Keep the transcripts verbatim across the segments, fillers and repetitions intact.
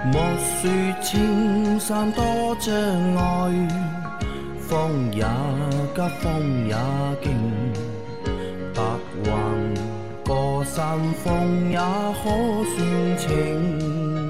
莫说青山多障碍，风也急，风也劲，白云过山峰也可算情。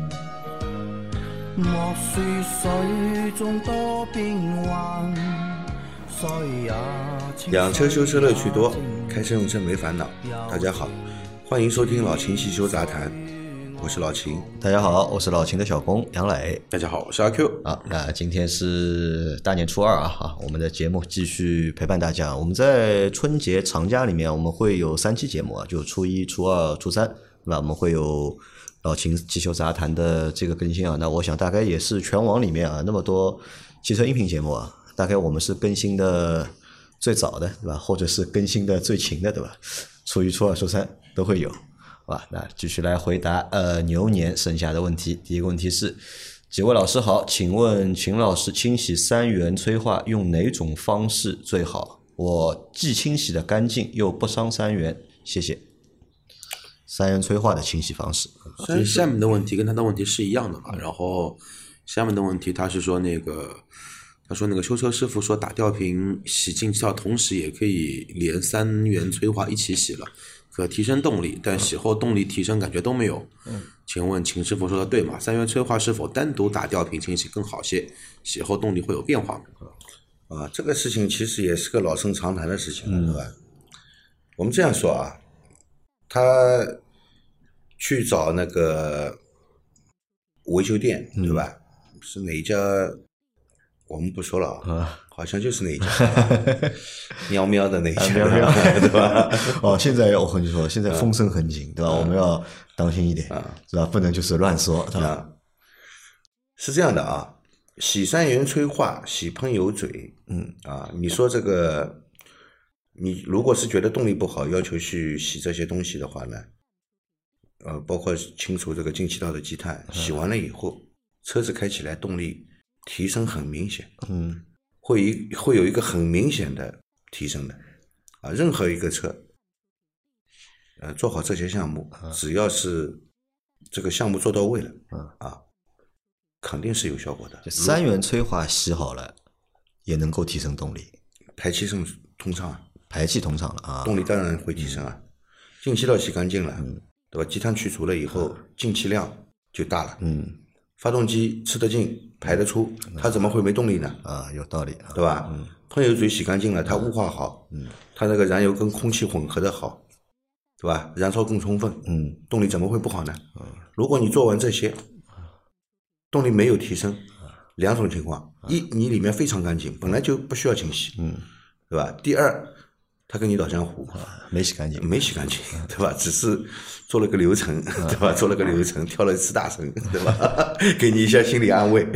莫说水中多变幻，水也清。 养车修车乐趣多，开车用车没烦恼。大家好，欢迎收听老秦汽修杂谈，我是老秦。 大家好，我是老秦的小工杨磊。 大家好，我是阿 Q。 啊，那今天是大年初二啊，啊，我们的节目继续陪伴大家。我们在春节长假里面，我们会有三期节目啊，就初一、初二、初三，对吧？我们会有老秦汽修杂谈的这个更新啊。那我想大概也是全网里面啊那么多汽车音频节目啊，大概我们是更新的最早的，对吧？或者是更新的最勤的，对吧？初一、初二、初三都会有。好吧，那继续来回答呃牛年剩下的问题。第一个问题是，几位老师好，请问秦老师清洗三元催化用哪种方式最好？我既清洗的干净又不伤三元，谢谢。三元催化的清洗方式， 所以下面的问题跟他的问题是一样的嘛？然后下面的问题他是说那个，他说那个修车师傅说打吊瓶洗进气道同时也可以连三元催化一起洗了。可提升动力，但洗后动力提升感觉都没有。嗯，请问秦师傅说的对吗？三元催化是否单独打吊瓶清洗更好些？洗后动力会有变化吗？啊，这个事情其实也是个老生常谈的事情了，对吧？我们这样说啊，他去找那个维修店，对吧？嗯、是哪一家？我们不说了啊。嗯，好像就是那一家，喵喵的那一家，喵喵对吧？ 哦，现在我跟你说，现在风声很紧，对吧？嗯、我们要当心一点，嗯、是吧？不能就是乱说，对吧？ 嗯、是这样的啊，洗三元催化，洗喷油嘴，嗯啊，你说这个，你如果是觉得动力不好，要求去洗这些东西的话呢，呃，包括清除这个进气道的积碳，洗完了以后，车子开起来动力提升很明显，嗯。会一会有一个很明显的提升的，啊，任何一个车，呃，做好这些项目，只要是这个项目做到位了，啊，肯定是有效果的。 三元催化洗好了，也能够提升动力， 排气声通畅啊， 排气通畅了啊， 动力当然会提升啊。进气道洗干净了，嗯、对吧？积碳去除了以后，进气量就大了，嗯。发动机吃得进排得出，它怎么会没动力呢？ 啊，有道理， 对吧？嗯，喷油嘴洗干净了，它雾化好，嗯，它那个燃油跟空气混合的好，对吧？燃烧更充分，嗯，动力怎么会不好呢？嗯，如果你做完这些，动力没有提升，两种情况：一，你里面非常干净，本来就不需要清洗，嗯，对吧？第二，他跟你倒浆糊， 没洗干净， 没洗干净，对吧？只是做了个流程，对吧？做了个流程，跳了一次大绳，对吧？给你一下心理安慰。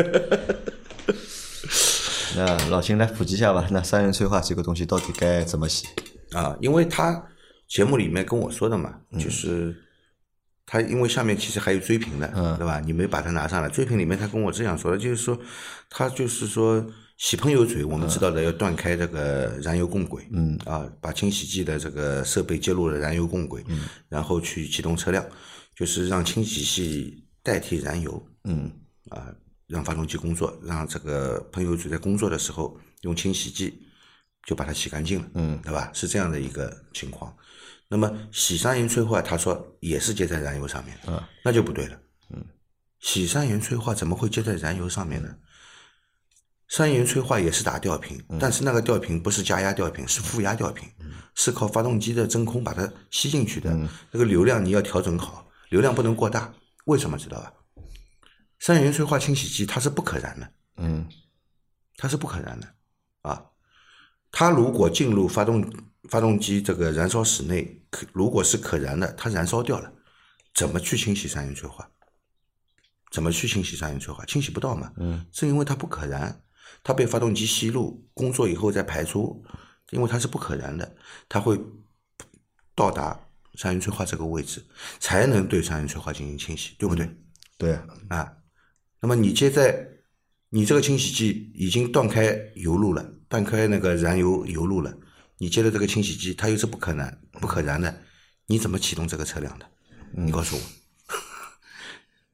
那老秦来普及一下吧，那三元催化这个东西到底该怎么洗啊？因为他节目里面跟我说的嘛，嗯、就是他因为下面其实还有追评的，嗯、对吧？你没把它拿上来，追评里面他跟我这样说的，就是说他就是说。洗喷油嘴，我们知道的要断开这个燃油供轨，嗯啊，把清洗剂的这个设备接入了燃油供轨，嗯，然后去启动车辆，就是让清洗剂代替燃油，嗯啊，让发动机工作，让这个喷油嘴在工作的时候用清洗剂就把它洗干净了，嗯，对吧？是这样的一个情况。那么洗三元催化，他说也是接在燃油上面，嗯，那就不对了，嗯，洗三元催化怎么会接在燃油上面呢？三元催化也是打吊瓶，嗯、但是那个吊瓶不是加压吊瓶，是负压吊瓶，嗯、是靠发动机的真空把它吸进去的。嗯、那个流量你要调整好，流量不能过大。为什么知道吧？三元催化清洗剂它是不可燃的，嗯，它是不可燃的啊。它如果进入发动发动机这个燃烧室内，如果是可燃的，它燃烧掉了，怎么去清洗三元催化？怎么去清洗三元催化？清洗不到嘛，嗯，是因为它不可燃。它被发动机吸入，工作以后再排出，因为它是不可燃的，它会到达三元催化这个位置，才能对三元催化进行清洗，对不对？嗯、 对啊。那么你接在你这个清洗剂已经断开油路了，断开那个燃油油路了，你接的这个清洗剂它又是不可燃不可燃的，你怎么启动这个车辆的？你告诉我。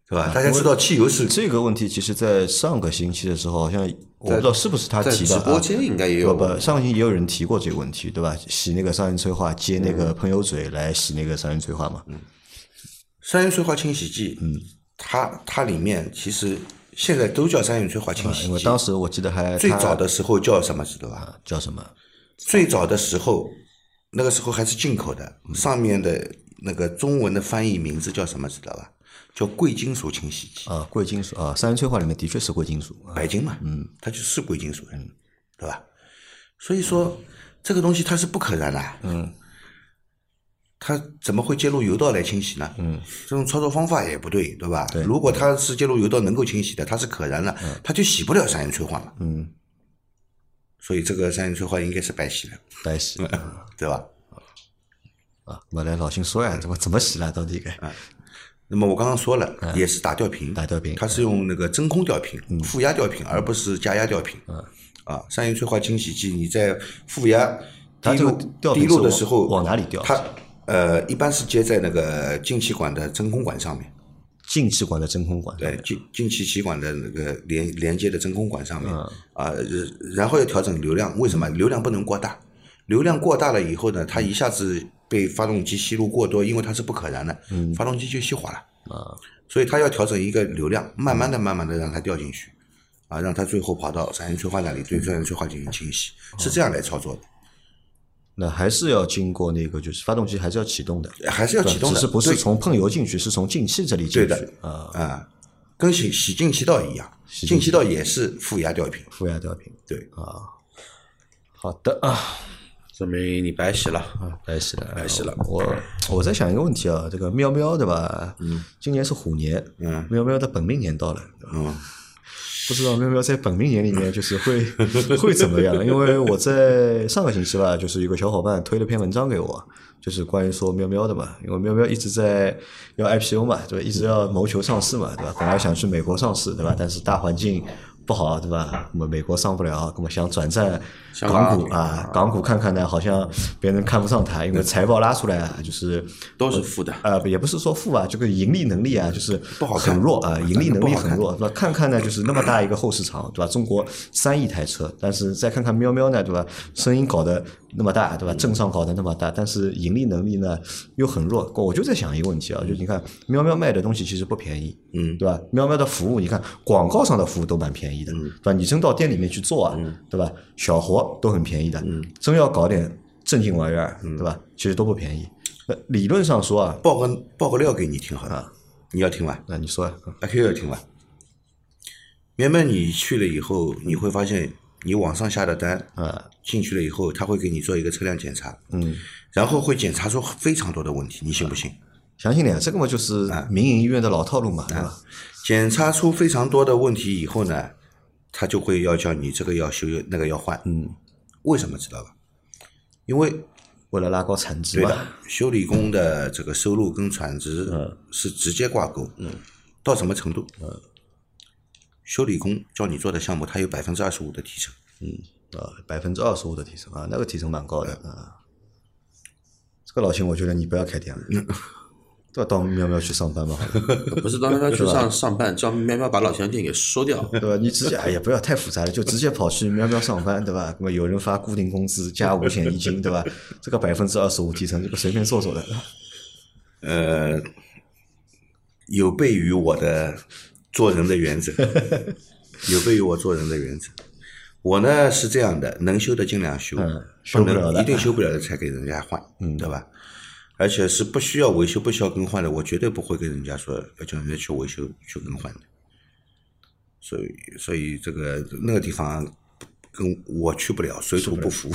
是吧？大家知道汽油是这个问题，其实在上个星期的时候，好像我不知道是不是他提的， 直播间应该也有， 不不，上个星期也有人提过这个问题，对吧？洗那个三元催化，接那个喷油嘴来洗那个三元催化嘛。 嗯，三元催化清洗剂，嗯，它它里面其实现在都叫三元催化清洗剂， 因为当时我记得还最早的时候叫什么知道吧？ 叫什么？ 最早的时候，那个时候还是进口的，上面的那个中文的翻译名字叫什么知道吧？叫贵金属清洗剂啊，贵金属啊，三元催化里面的确是贵金属， 白金嘛，嗯，它就是贵金属的，嗯，对吧？所以说这个东西它是不可燃的，嗯，它怎么会接入油道来清洗呢？嗯，这种操作方法也不对，对吧？ 对， 如果它是接入油道能够清洗的，它是可燃的，嗯，它就洗不了三元催化嘛，嗯，所以这个三元催化应该是白洗的， 白洗， 对吧？ 啊，我来老秦说呀，怎么怎么洗了？到底该？ 啊那么我刚刚说了，嗯、也是打吊瓶， 打吊瓶， 它是用那个真空吊瓶、嗯、负压吊瓶，而不是加压吊瓶。嗯、啊，三元催化清洗剂你在负压低露低露的时候往哪里吊？ 它呃一般是接在那个进气管的真空管上面。 进气管的真空管， 对，进进气气管的那个连连接的真空管上面、嗯、啊，然后要调整流量，为什么？流量不能过大，流量过大了以后呢，它一下子被发动机吸入过多，因为它是不可燃的，嗯、发动机就熄火了。啊，所以它要调整一个流量，慢慢的、慢慢的让它掉进去，啊，让它最后跑到三元催化那里对三元催化进行清洗，是这样来操作的。 那还是要经过那个，就是发动机还是要启动的， 还是要启动的， 只是不是从喷油进去，是从进气这里进去。 对的， 啊啊，跟洗洗进气道一样，进气道也是负压吊瓶， 负压吊瓶。 对啊，好的啊。 说明你白洗了啊，白洗了， 白洗了。 我我在想一个问题啊，这个喵喵对吧？嗯，今年是虎年，嗯，喵喵的本命年到了，嗯，不知道喵喵在本命年里面就是会会怎么样？因为我在上个星期吧，就是有个小伙伴推了篇文章给我，就是关于说喵喵的嘛，因为喵喵一直在要 I P O 嘛，对吧？一直要谋求上市嘛，对吧？本来想去美国上市，对吧？但是大环境不好，对吧？那么美国上不了，那么想转战港股啊，港股看看呢，好像别人看不上它，因为财报拉出来啊，就是都是负的， 呃，也不是说负啊，这个盈利能力啊，就是不好很弱啊，盈利能力很弱，对吧？看看呢，就是那么大一个后市场，对吧？中国三亿台车，但是再看看喵喵呢，对吧？声音搞得那么大，对吧？阵仗搞得那么大，但是盈利能力呢又很弱。我就在想一个问题啊，就你看喵喵卖的东西其实不便宜，嗯，对吧？喵喵的服务，你看广告上的服务都蛮便宜的，嗯，对吧？你真到店里面去做啊，嗯、对吧？小活都很便宜的，嗯，真要搞点正经玩意儿，嗯、对吧？其实都不便宜。那理论上说啊， 报个报个料给你听好了，你要听吧？ 那你说啊， 阿 Q 要听吧？明白你去了以后，你会发现你网上下的单啊，进去了以后，他会给你做一个车辆检查，嗯，然后会检查出非常多的问题，你信不信？ 相信点，这个嘛就是民营医院的老套路嘛，对吧？ 检查出非常多的问题以后呢，他就会要叫你这个要修，那个要换，嗯，为什么知道吧？因为为了拉高产值嘛， 对的，修理工的这个收入跟产值是直接挂钩，嗯，到什么程度？嗯，修理工叫你做的项目，它有百分之二十五的提成， 嗯，啊，百分之二十五的提成啊，那个提成蛮高的啊。这个老秦，我觉得你不要开店了。嗯要到喵喵去上班嘛？ 不是到喵喵去上上班，叫喵喵把老乡店给收掉， 对吧？你直接哎呀，不要太复杂了，就直接跑去喵喵上班，对吧？那么有人发固定工资加五险一金，对吧？这个百分之二十五提成，这个随便做做的。 呃，有悖于我的做人的原则，有悖于我做人的原则。我呢是这样的，能修的尽量修， 嗯、修不了的一定修不了的才给人家换，嗯，对吧？而且是不需要维修、不需要更换的，我绝对不会跟人家说要叫人家去维修、去更换的。所以，所以这个那个地方跟我去不了，水土不服。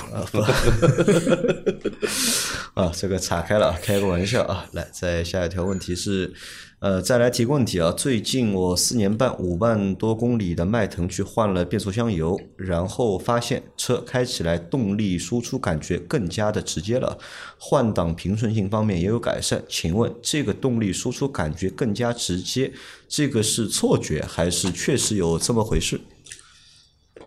啊，这个岔开了，开个玩笑啊。来，再下一条问题是，呃，再来提个问题啊。最近我四年半五万多公里的迈腾去换了变速箱油，然后发现车开起来动力输出感觉更加的直接了，换挡平顺性方面也有改善。请问这个动力输出感觉更加直接，这个是错觉还是确实有这么回事？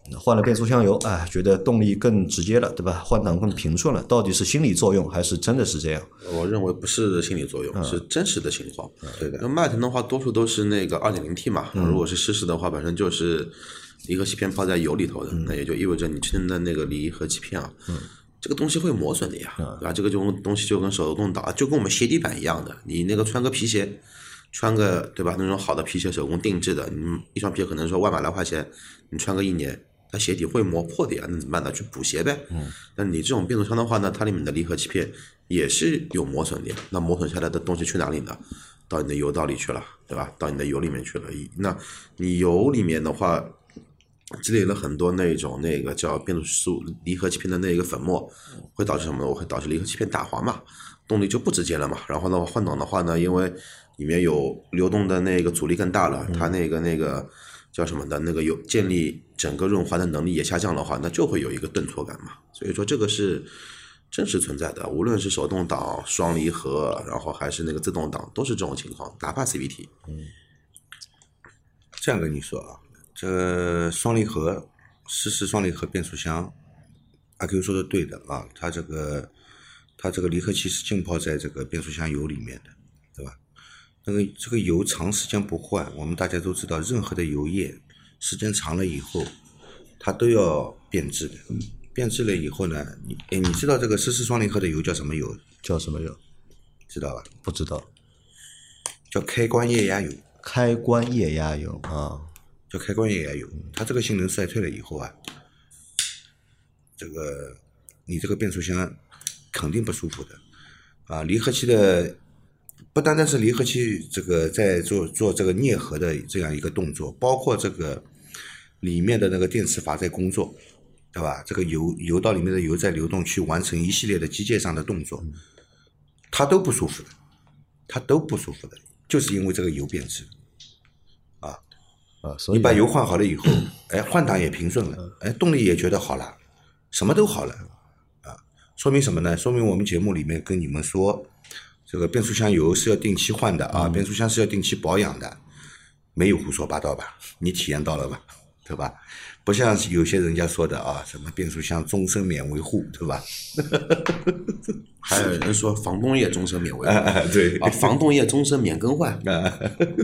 换了变速箱油，哎，觉得动力更直接了，对吧？换挡更平顺了，到底是心理作用还是真的是这样？ 我认为不是心理作用，嗯、是真实的情况。 嗯、对的。 那迈腾的话，多数都是那个 二点零 T 嘛、嗯，如果是湿式的话，本身就是离合器片泡在油里头的，嗯、那也就意味着你真的那个离合器片啊，嗯、这个东西会磨损的呀，嗯、对吧？这个就东西就跟手动挡，就跟我们鞋底板一样的，你那个穿个皮鞋。穿个对吧？那种好的皮鞋手工定制的，你一双皮鞋可能说万把来块钱，你穿个一年，它鞋底会磨破的呀，那怎么办呢？去补鞋呗。嗯。那你这种变速箱的话呢，它里面的离合器片也是有磨损的呀。那磨损下来的东西去哪里呢？到你的油道里去了，对吧？到你的油里面去了。那你油里面的话，积累了很多那种那个叫变速素离合器片的那个粉末，会导致什么呢？会导致离合器片打滑嘛，动力就不直接了嘛。然后呢，换挡的话呢，因为里面有流动的那个阻力更大了，它那个那个叫什么的，那个有建立整个润滑的能力也下降的话，那就会有一个顿挫感嘛。所以说这个是真实存在的，无论是手动挡、双离合，然后还是那个自动挡，都是这种情况，哪怕 C V T。 嗯，这样跟你说啊，这双离合、湿式双离合变速箱，阿 Q 说的对的啊，它这个它这个离合器是浸泡在这个变速箱油里面的，对吧？那个这个油长时间不换，我们大家都知道，任何的油液时间长了以后，它都要变质的。变质了以后呢，你哎，你知道这个湿式双离合的油叫什么油？ 叫什么油？ 知道吧？ 不知道。 叫开关液压油。 开关液压油啊， 叫开关液压油。它这个性能衰退了以后啊，这个你这个变速箱肯定不舒服的啊，离合器的。不单单是离合器这个在做做这个啮合的这样一个动作，包括这个里面的那个电磁阀在工作，对吧？这个油油道里面的油在流动，去完成一系列的机械上的动作，它都不舒服的，它都不舒服的，就是因为这个油变质啊啊！所以你把油换好了以后，哎，换挡也平顺了，哎，动力也觉得好了，什么都好了啊！说明什么呢？说明我们节目里面跟你们说。这个变速箱油是要定期换的啊，嗯、变速箱是要定期保养的，没有胡说八道吧？你体验到了吧？对吧？不像有些人家说的啊，什么变速箱终身免维护，对吧？ 还有人说防冻液终身免维护， 啊、对啊，防冻液终身免更换， 啊、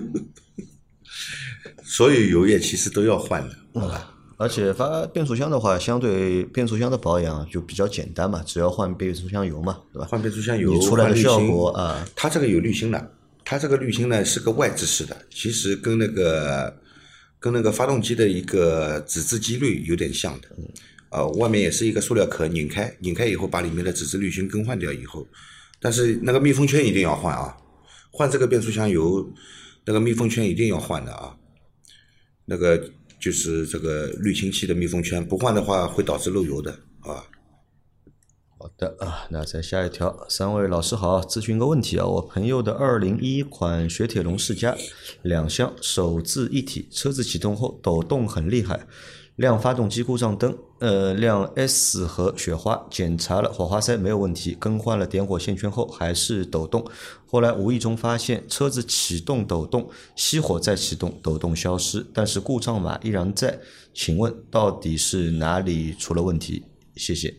所有油液其实都要换的，好吧？ 而且发变速箱的话，相对变速箱的保养就比较简单嘛，只要换变速箱油嘛，对吧？ 换变速箱油， 你出来的效果啊， 它这个有滤芯的，它这个滤芯呢是个外置式的，其实跟那个跟那个发动机的一个脂质机滤有点像的，呃，外面也是一个塑料壳，拧开，拧开以后把里面的脂质滤芯更换掉以后，但是那个密封圈一定要换啊，换这个变速箱油，那个密封圈一定要换的啊，那个。就是这个滤清器的密封圈不换的话会导致漏油的啊。 好的啊，那再下一条，三位老师好，咨询个问题啊，我朋友的二零一一款雪铁龙世嘉两厢手自一体，车子启动后抖动很厉害，亮发动机故障灯，呃，亮 S 和雪花，检查了火花塞没有问题，更换了点火线圈后还是抖动，后来无意中发现车子启动抖动，熄火再启动抖动消失，但是故障码依然在，请问到底是哪里出了问题？谢谢。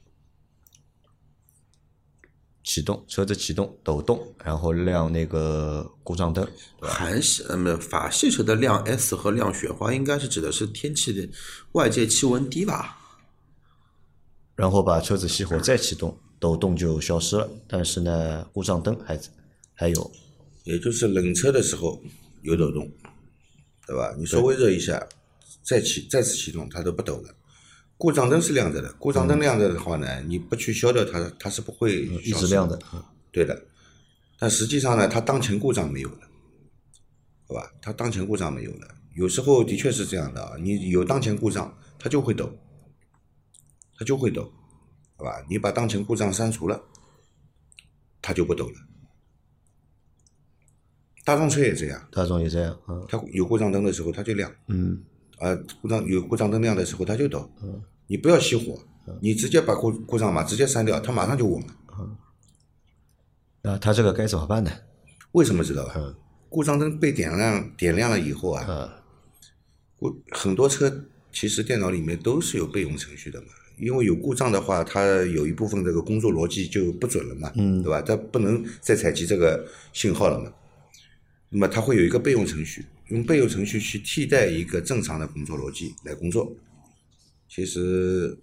启动车子启动抖动，然后亮那个故障灯。 韩系呃法系车的亮 S 和亮雪花应该是指的是天气的外界气温低吧？ 然后把车子熄火再启动，抖动就消失了，但是呢故障灯还还有。 也就是冷车的时候有抖动，对吧？你稍微热一下，再启再次启动它都不抖了。故障灯是亮着的，故障灯亮着的话呢，嗯、你不去消掉它，它是不会一直亮的。 对的，但实际上呢，它当前故障没有了，好吧？它当前故障没有了，有时候的确是这样的啊，你有当前故障，它就会抖，它就会抖，好吧？你把当前故障删除了，它就不抖了。大众车也这样， 大众也这样，嗯， 它有故障灯的时候它就亮， 嗯。 啊，故障有故障灯亮的时候它就抖，嗯、你不要熄火，嗯、你直接把故故障码直接删掉，它马上就稳了。 嗯、啊，它这个该怎么办呢？ 为什么知道吧？嗯、故障灯被点亮点亮了以后啊，嗯、很多车其实电脑里面都是有备用程序的嘛。因为有故障的话，它有一部分这个工作逻辑就不准了嘛，嗯，对吧？它不能再采集这个信号了嘛。那么它会有一个备用程序，用备用程序去替代一个正常的工作逻辑来工作。其实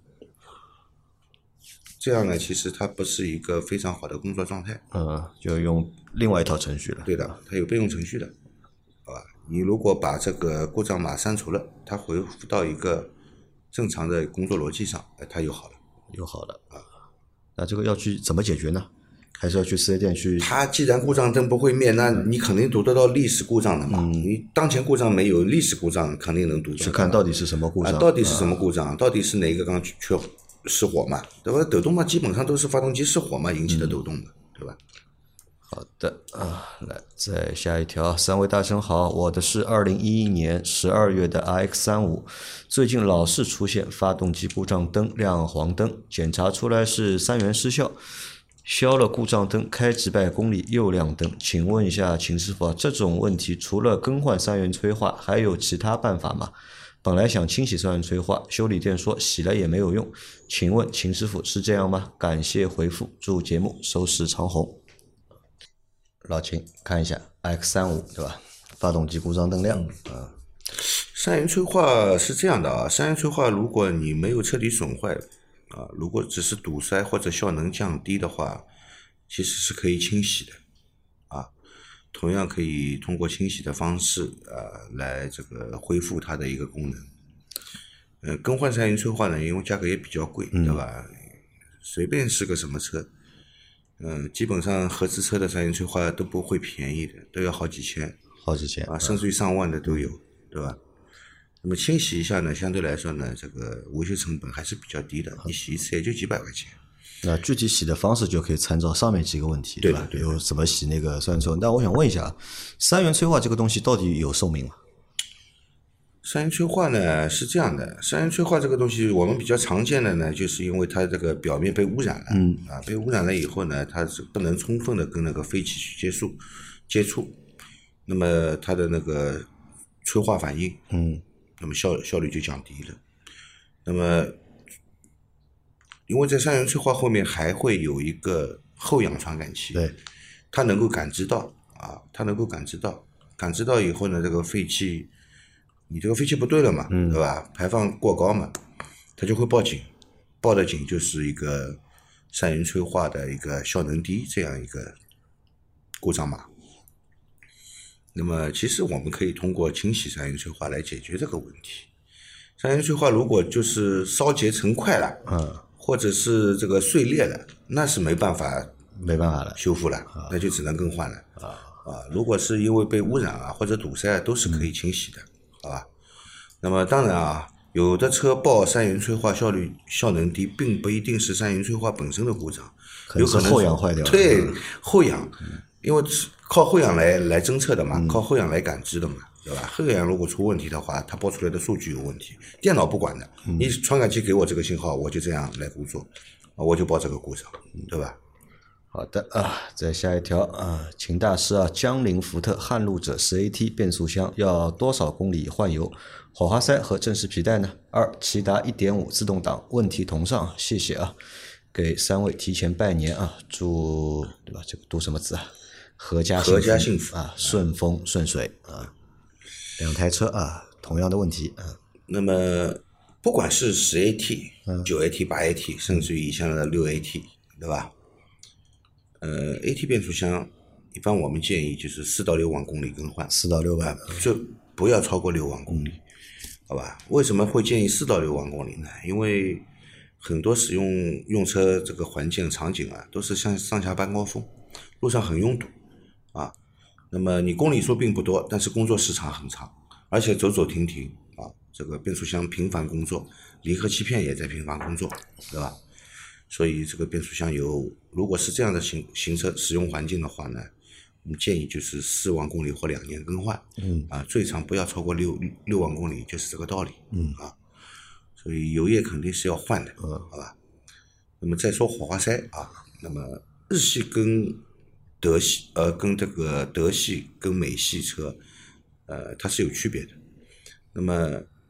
这样呢，其实它不是一个非常好的工作状态。 嗯，就用另外一套程序了。 对的，它有备用程序的，好吧？你如果把这个故障码删除了，它回复到一个正常的工作逻辑上，哎，它又好了， 又好了啊。那这个要去怎么解决呢？还是要去四 S 店去？ 它既然故障灯不会灭，那你肯定读得到历史故障的嘛。嗯、你当前故障没有，历史故障肯定能读到。 去看到底是什么故障？ 啊、到底是什么故障？啊、到底是哪一个缸缺失火嘛？对吧？抖动嘛，基本上都是发动机失火嘛引起的抖动的，嗯、对吧？ 好的啊，来再下一条，三位大神好，我的是二零一一年十二月的 R X 三十五，最近老是出现发动机故障灯亮黄灯，检查出来是三元失效，消了故障灯，开几百公里又亮灯，请问一下秦师傅，这种问题除了更换三元催化，还有其他办法吗？本来想清洗三元催化，修理店说洗了也没有用，请问秦师傅是这样吗？感谢回复，祝节目收视长红。老秦看一下 X 三十五 对吧？发动机故障灯亮啊。 三元催化是这样的啊，三元催化如果你没有彻底损坏啊，如果只是堵塞或者效能降低的话，其实是可以清洗的啊。同样可以通过清洗的方式啊来这个恢复它的一个功能。呃，更换三元催化呢，因为价格也比较贵，对吧？嗯、随便是个什么车。嗯，基本上合资车的三元催化都不会便宜的，都要好几千， 好几千啊，甚至于上万的都有，对吧？那么清洗一下呢，相对来说呢，这个维修成本还是比较低的，你洗一次也就几百块钱。 那具体洗的方式就可以参照上面几个问题， 对吧？有怎么洗那个三元催化？那我想问一下，三元催化这个东西到底有寿命吗？ 三元催化呢是这样的，三元催化这个东西我们比较常见的呢，就是因为它这个表面被污染了，嗯啊，被污染了以后呢，它是不能充分的跟那个废气去接触接触，那么它的那个催化反应，嗯，那么效效率就降低了。那么因为在三元催化后面还会有一个后氧传感器， 对， 它能够感知到啊，它能够感知到，感知到以后呢，这个废气。你这个废气不对了嘛，嗯、对吧？排放过高嘛，它就会报警，报的警就是一个三元催化的一个效能低这样一个故障码。那么其实我们可以通过清洗三元催化来解决这个问题。三元催化如果就是烧结成块了，嗯，或者是这个碎裂了，那是没办法没办法了修复了，啊、那就只能更换了啊啊！如果是因为被污染啊或者堵塞，都是可以清洗的。嗯好吧，那么当然啊，有的车报三元催化效率效能低，并不一定是三元催化本身的故障，有可能后氧坏掉了。 对，后氧，因为靠后氧来来侦测的嘛，嗯、靠后氧来感知的嘛，对吧？后氧如果出问题的话，它报出来的数据有问题，电脑不管的，嗯、你传感器给我这个信号，我就这样来工作，我就报这个故障，对吧？ 好的啊，再下一条啊，秦大师啊，江铃福特撼路者 十 A T 变速箱要多少公里换油？火花塞和正时皮带呢？二，骐达 一点五 自动挡问题同上，谢谢啊，给三位提前拜年啊，祝对吧？这个读什么字啊？阖家阖家幸福啊，顺风顺水啊。两台车啊，同样的问题啊。 那么不管是十 A T、九 A T、八 A T， 甚至于以下的六 A T， 对吧？呃 ，A T 变速箱一般我们建议就是四到六万公里更换， 四到六万， 就不要超过六万公里，好吧？为什么会建议四到六万公里呢？因为很多使用用车这个环境场景啊，都是像上下班高峰，路上很拥堵啊。那么你公里数并不多，但是工作时长很长，而且走走停停啊，这个变速箱频繁工作，离合器片也在频繁工作，对吧？所以这个变速箱油，如果是这样的行行车使用环境的话呢，我们建议就是四万公里或两年更换，嗯啊，最长不要超过六六万公里，就是这个道理，嗯啊，所以油液肯定是要换的，嗯，好吧。那么再说火花塞啊，那么日系跟德系呃跟这个德系跟美系车，呃它是有区别的。那么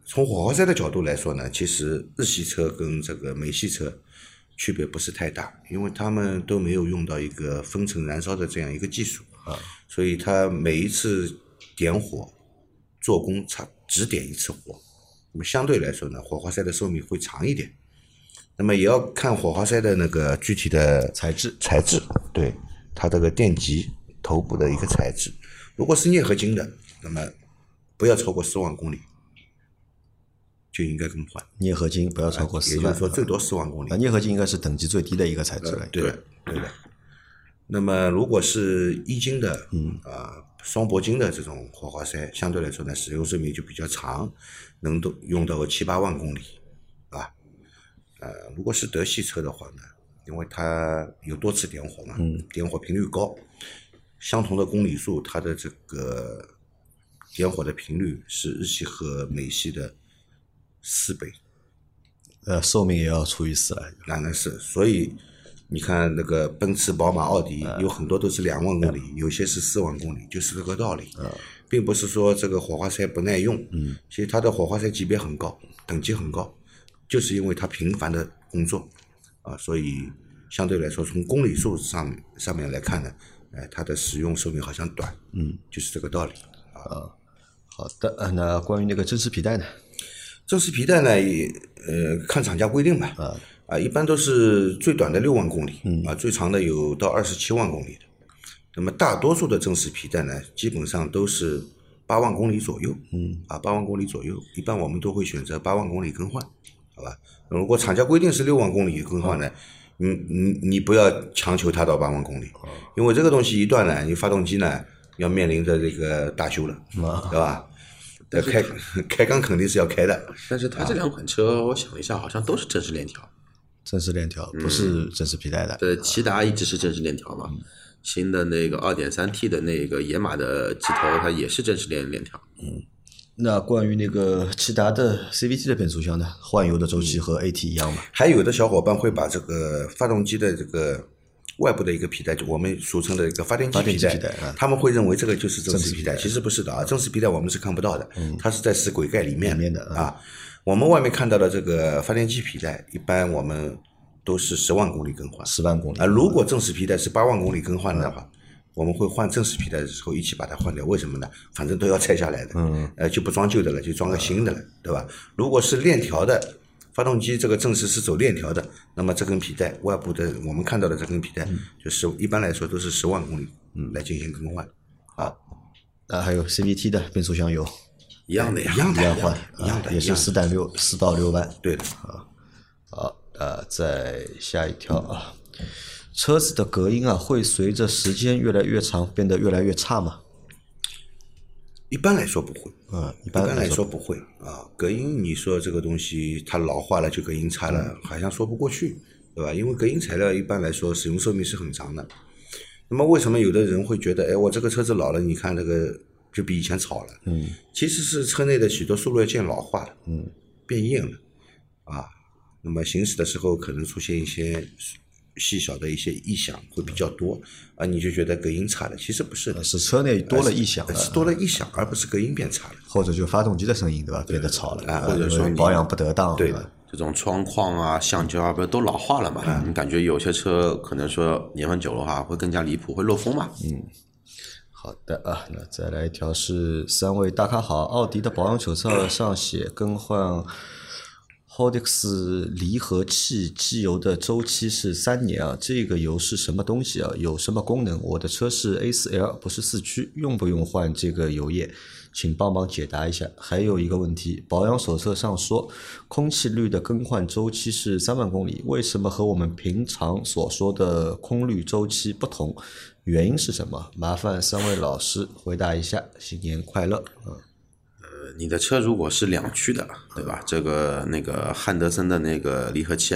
从火花塞的角度来说呢，其实日系车跟这个美系车区别不是太大，因为他们都没有用到一个分层燃烧的这样一个技术啊，所以它每一次点火做工差只点一次火，那么相对来说呢，火花塞的寿命会长一点。那么也要看火花塞的那个具体的材质材质，对它这个电极头部的一个材质，如果是镍合金的，那么不要超过四万公里。就应该更换镍合金，不要超过四万， 也就是说最多四万公里。 啊，镍合金应该是等级最低的一个材质了。 呃、对的，对的。那么如果是一金的，嗯啊、呃，双铂金的这种火花塞，相对来说呢，使用寿命就比较长，能都用到七八万公里，啊，呃，如果是德系车的话呢，因为它有多次点火嘛，嗯，点火频率高，相同的公里数，它的这个点火的频率是日系和美系的四倍， 呃，寿命也要除以四了。 那那是，所以你看那个奔驰、宝马、奥迪有很多都是两万公里，有些是四万公里，就是这个道理。并不是说这个火花塞不耐用，嗯，其实它的火花塞级别很高，等级很高，就是因为它频繁的工作啊，所以相对来说从公里数上上面来看呢，哎，它的使用寿命好像短，嗯，就是这个道理啊。 好的，那关于那个正时皮带呢？ 正时皮带呢，也呃看厂家规定吧，啊啊，一般都是最短的六万公里，嗯啊，最长的有到二十七万公里的。那么大多数的正时皮带呢，基本上都是八万公里左右，嗯啊，八万公里左右，一般我们都会选择八万公里更换，好吧？如果厂家规定是六万公里更换呢，你你你不要强求它到八万公里，因为这个东西一断呢，你发动机呢要面临着这个大修了，对吧？开开缸肯定是要开的， 但是它这两款车，我想一下，好像都是正时链条， 正时链条不是正时皮带的。 对，骐达一直是正时链条嘛，嗯、新的那个 二点三 T 的那个野马的机头，它也是正时链链条。 嗯，那关于那个骐达的 C V T 的变速箱呢，换油的周期和 A T 一样吗？ 还有的小伙伴会把这个发动机的这个外部的一个皮带，就我们俗称的一个发电机皮带， 皮带啊、 他们会认为这个就是正时皮带，其实不是的啊，正时皮带我们是看不到的，嗯、它是在死轨盖里面, 里面的、嗯、 啊。我们外面看到的这个发电机皮带，一般我们都是十万公里更换， 十万公里啊。如果正时皮带是八万公里更换的话，嗯、我们会换正时皮带的时候一起把它换掉，为什么呢？反正都要拆下来的，嗯，呃，就不装旧的了，就装个新的了，对吧？如果是链条的。发动机这个正时是走链条的，那么这根皮带外部的我们看到的这根皮带，嗯、就是一般来说都是十万公里，嗯，来进行更换。啊， 那还有 C V T 的变速箱油， 一样的， 一样的， 一样换， 一样的， 也是四到六四到六万。 对的。 啊，好，呃，再下一条啊，车子的隔音啊，会随着时间越来越长变得越来越差吗？ 一般来说不会， 嗯， 一般来说不会啊。隔音，你说这个东西它老化了就隔音差了，嗯、好像说不过去，对吧？因为隔音材料一般来说使用寿命是很长的。那么为什么有的人会觉得，哎，我这个车子老了，你看这个就比以前吵了？嗯，其实是车内的许多塑料件老化了，嗯，变硬了，啊，那么行驶的时候可能出现一些细小的一些异响会比较多啊，你就觉得隔音差了，其实不是的， 是车内多了异响了， 是多了异响，而不是隔音变差了， 或者就发动机的声音对吧，变得吵了， 啊， 或者说保养不得当， 对的， 这种窗框啊、橡胶啊，不是都老化了嘛？嗯、你感觉有些车可能说年份久的话会更加离谱，会漏风嘛？ 嗯，好的啊，那再来一条是三位大咖好，奥迪的保养手册上写更换Hodex 离合器机油的周期是三年啊，这个油是什么东西啊？有什么功能？我的车是 A 四 L 不是四驱，用不用换这个油液？请帮忙解答一下。还有一个问题，保养手册上说空气滤的更换周期是三万公里，为什么和我们平常所说的空滤周期不同？原因是什么？麻烦三位老师回答一下，新年快乐。嗯你的车如果是两驱的，对吧？这个那个汉德森的那个离合器啊，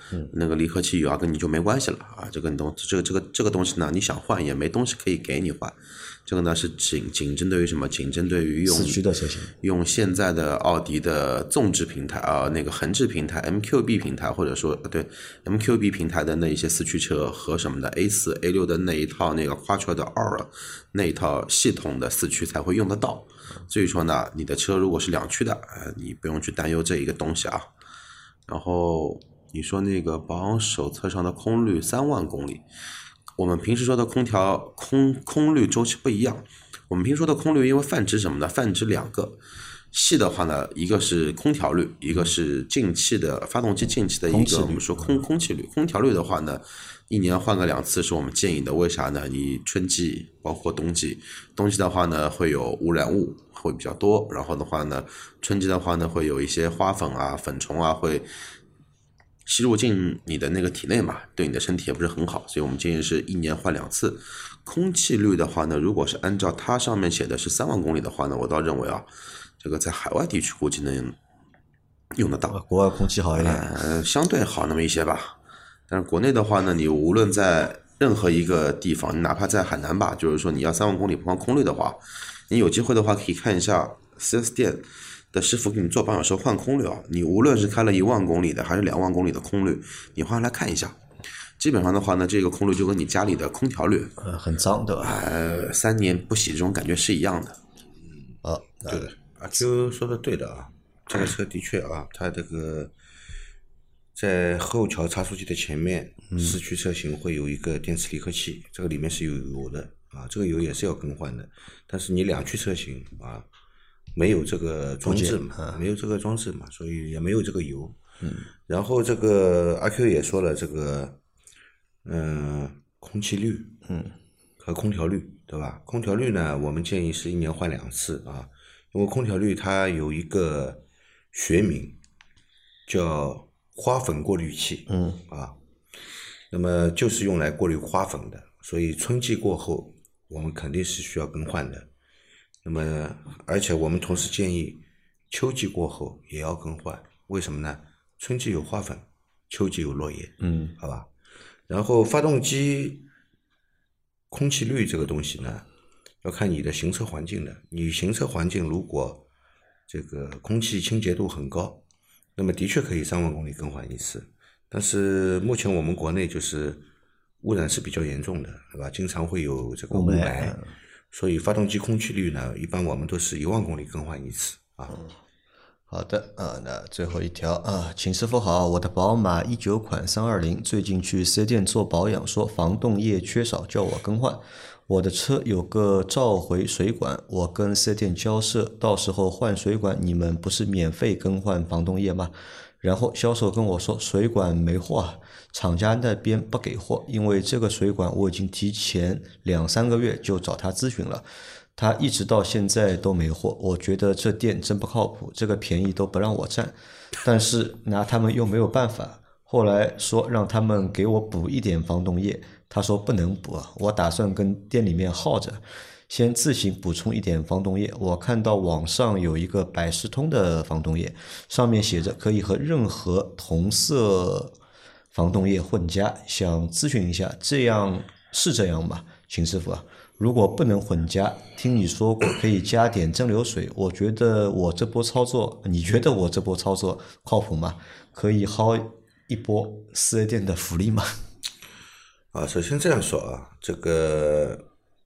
那个离合器有啊，跟你就没关系了啊。这个东这个这个这个东西呢，你想换也没东西可以给你换。这个呢是仅仅针对于什么？仅针对于用四驱的车型， 用现在的奥迪的纵置平台啊、呃，那个横置平台 M Q B 平台，或者说对 M Q B 平台的那一些四驱车和什么的 A 四 A 六的那一套那个quattro的二那一套系统的四驱才会用得到。所以说呢，你的车如果是两驱的，呃，你不用去担忧这一个东西啊。然后你说那个保养手册上的空滤三万公里。我们平时说的空调空空滤周期不一样，我们平时说的空滤因为泛指什么呢？泛指两个，细的话呢，一个是空调滤，一个是进气的发动机进气的一个我们说空空气滤。空调滤的话呢，一年换个两次是我们建议的，为啥呢？你春季包括冬季，冬季的话呢会有污染物会比较多，然后的话呢，春季的话呢会有一些花粉啊、粉虫啊会吸入进你的那个体内嘛，对你的身体也不是很好，所以我们建议是一年换两次。空气滤的话呢，如果是按照它上面写的是三万公里的话呢，我倒认为啊，这个在海外地区估计能用得到。 国外空气好一点， 呃，相对好那么一些吧。但是国内的话呢，你无论在任何一个地方，你哪怕在海南吧，就是说你要三万公里不换空滤的话，你有机会的话可以看一下 四 S 店的师傅给你做保养时候换空滤啊，你无论是开了一万公里的还是两万公里的空滤，你换来看一下，基本上的话呢，这个空滤就跟你家里的空调滤， 呃，很脏对吧？ 呃，三年不洗这种感觉是一样的。 啊， 对的，阿 Q 说的对的啊，这个车的确啊，它这个在后桥差速器的前面，四驱车型会有一个电磁离合器，这个里面是有油的啊，这个油也是要更换的，但是你两驱车型啊。没有这个装置嘛、嗯，没有这个装置嘛，所以也没有这个油。嗯，然后这个阿 Q 也说了，这个嗯、呃，空气滤，嗯，和空调滤，对吧？空调滤呢，我们建议是一年换两次啊，因为空调滤它有一个学名叫花粉过滤器，嗯啊，那么就是用来过滤花粉的，所以春季过后我们肯定是需要更换的。那么，而且我们同时建议，秋季过后也要更换。为什么呢？春季有花粉，秋季有落叶，嗯，好吧。然后发动机空气滤这个东西呢，要看你的行车环境的。你行车环境如果这个空气清洁度很高，那么的确可以三万公里更换一次。但是目前我们国内就是污染是比较严重的，对吧？经常会有这个雾霾。所以发动机空气滤呢，一般我们都是一万公里更换一次啊。 嗯、好的啊，那最后一条啊，秦师傅好，我的宝马一九款三二零最近去四 S 店做保养，说防冻液缺少，叫我更换。我的车有个召回水管，我跟四 S 店交涉，到时候换水管，你们不是免费更换防冻液吗？然后销售跟我说水管没货，厂家那边不给货，因为这个水管我已经提前两三个月就找他咨询了，他一直到现在都没货。我觉得这店真不靠谱，这个便宜都不让我占，但是拿他们又没有办法。后来说让他们给我补一点防冻液，他说不能补，我打算跟店里面耗着，先自行补充一点防冻液。我看到网上有一个百事通的防冻液，上面写着可以和任何同色防冻液混加，想咨询一下，这样是这样吗？秦师傅啊，如果不能混加，听你说过可以加点蒸馏水，我觉得我这波操作，你觉得我这波操作靠谱吗？可以薅一波四 S 店的福利吗？ 啊，首先这样说啊，这个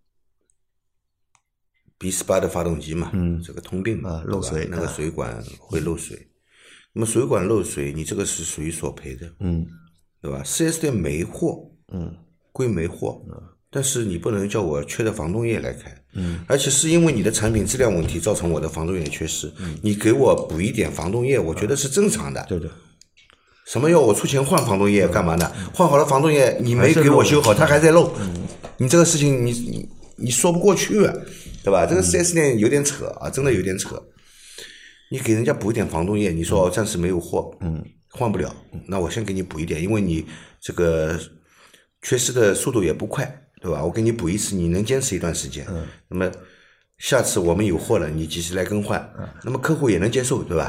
B 十八 的发动机嘛，嗯，这个通病嘛， 啊，漏水， 那个水管会漏水。嗯、那么水管漏水，你这个是属于索赔的，嗯，对吧？四 S 店没货，嗯，归没货，嗯，但是你不能叫我缺的防冻液来开，嗯，而且是因为你的产品质量问题造成我的防冻液缺失，嗯，你给我补一点防冻液，我觉得是正常的， 对的。 什么要我出钱换防冻液干嘛呢？换好了防冻液你没给我修好，它还在漏，你这个事情你你你说不过去，对吧？这个 四 S 店有点扯啊，真的有点扯。你给人家补一点防冻液，你说暂时没有货，嗯，换不了，那我先给你补一点，因为你这个缺失的速度也不快，对吧？我给你补一次，你能坚持一段时间，嗯，那么下次我们有货了，你及时来更换，嗯，那么客户也能接受，对吧？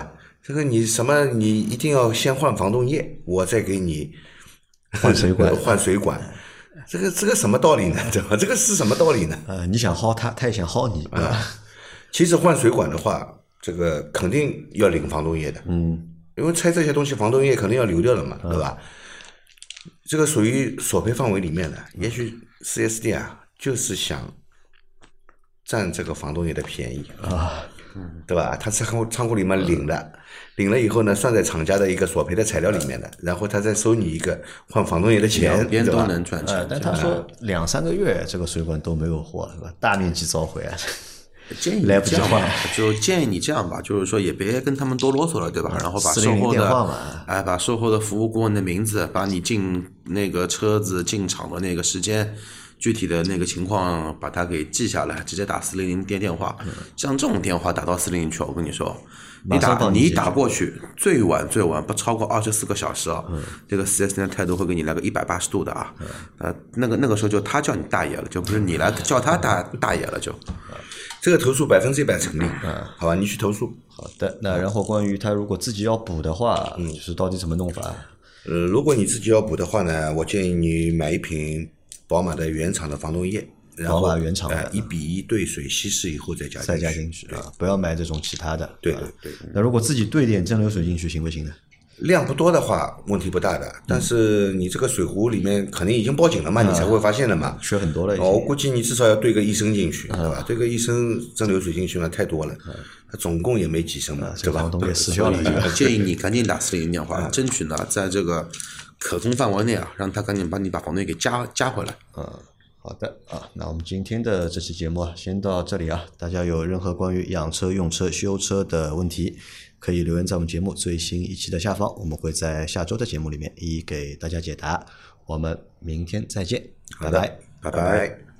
这个你什么你一定要先换防冻液，我再给你换水管换水管。这个这个什么道理呢？对吧？这个是什么道理呢？ 呃，你想薅他，他也想薅你，对吧？ 啊，其实换水管的话，这个肯定要领防冻液的， 嗯， 因为拆这些东西，防冻液肯定要流掉了嘛，对吧？这个属于索赔范围里面的，也许 四 S 店啊，就是想占这个防冻液的便宜啊， 对吧？他仓库仓库里面领的，领了以后呢，算在厂家的一个索赔的材料里面的，然后他再收你一个换防冻液的钱， 两边都对吧？ 能赚钱呃，。但他说两三个月这个水管都没有货，是吧？大面积召回啊， 建议你来不及这样吧换， 就建议你这样吧，就是说也别跟他们多啰嗦了，对吧？然后把售四零零后电话嘛的，哎，把售后的服务顾问的名字，把你进那个车子进厂的那个时间，具体的那个情况，把它给记下来，直接打四零零接电话。像这种电话打到四零零去，我跟你说，你马上打你帮你解决打过去，最晚最晚不超过二十四个小时啊。这个四 S 店的态度会给你来个一百八十度的啊。呃，那个那个时候就他叫你大爷了，就不是你来叫他大大爷了就。 这个投诉百分之一百成立，好吧？你去投诉。 好的，那然后关于他如果自己要补的话，嗯，就是到底怎么弄法？ 呃，如果你自己要补的话呢，我建议你买一瓶宝马的原厂的防冻液，然后宝马原厂的呃一比一兑水稀释以后再加再加进对进去啊，不要买这种其他的。 对啊对对。 那如果自己兑点蒸馏水进去行不行呢？ 量不多的话，问题不大的。但是你这个水壶里面肯定已经报警了嘛，你才会发现的嘛。 缺很多了已经。 哦，我估计你至少要兑个一升进去，对吧？兑个一升蒸馏水进去嘛，太多了。它总共也没几升嘛，对吧？ 防冻液失效了。 我建议你赶紧打四零零电话，争取呢在这个可控范围内啊，让他赶紧帮你把防冻液给加加回来。 嗯，好的啊，那我们今天的这期节目啊，先到这里啊。大家有任何关于养车、用车、修车的问题，可以留言在我们节目最新一期的下方，我们会在下周的节目里面一一给大家解答。我们明天再见，拜拜， 拜拜。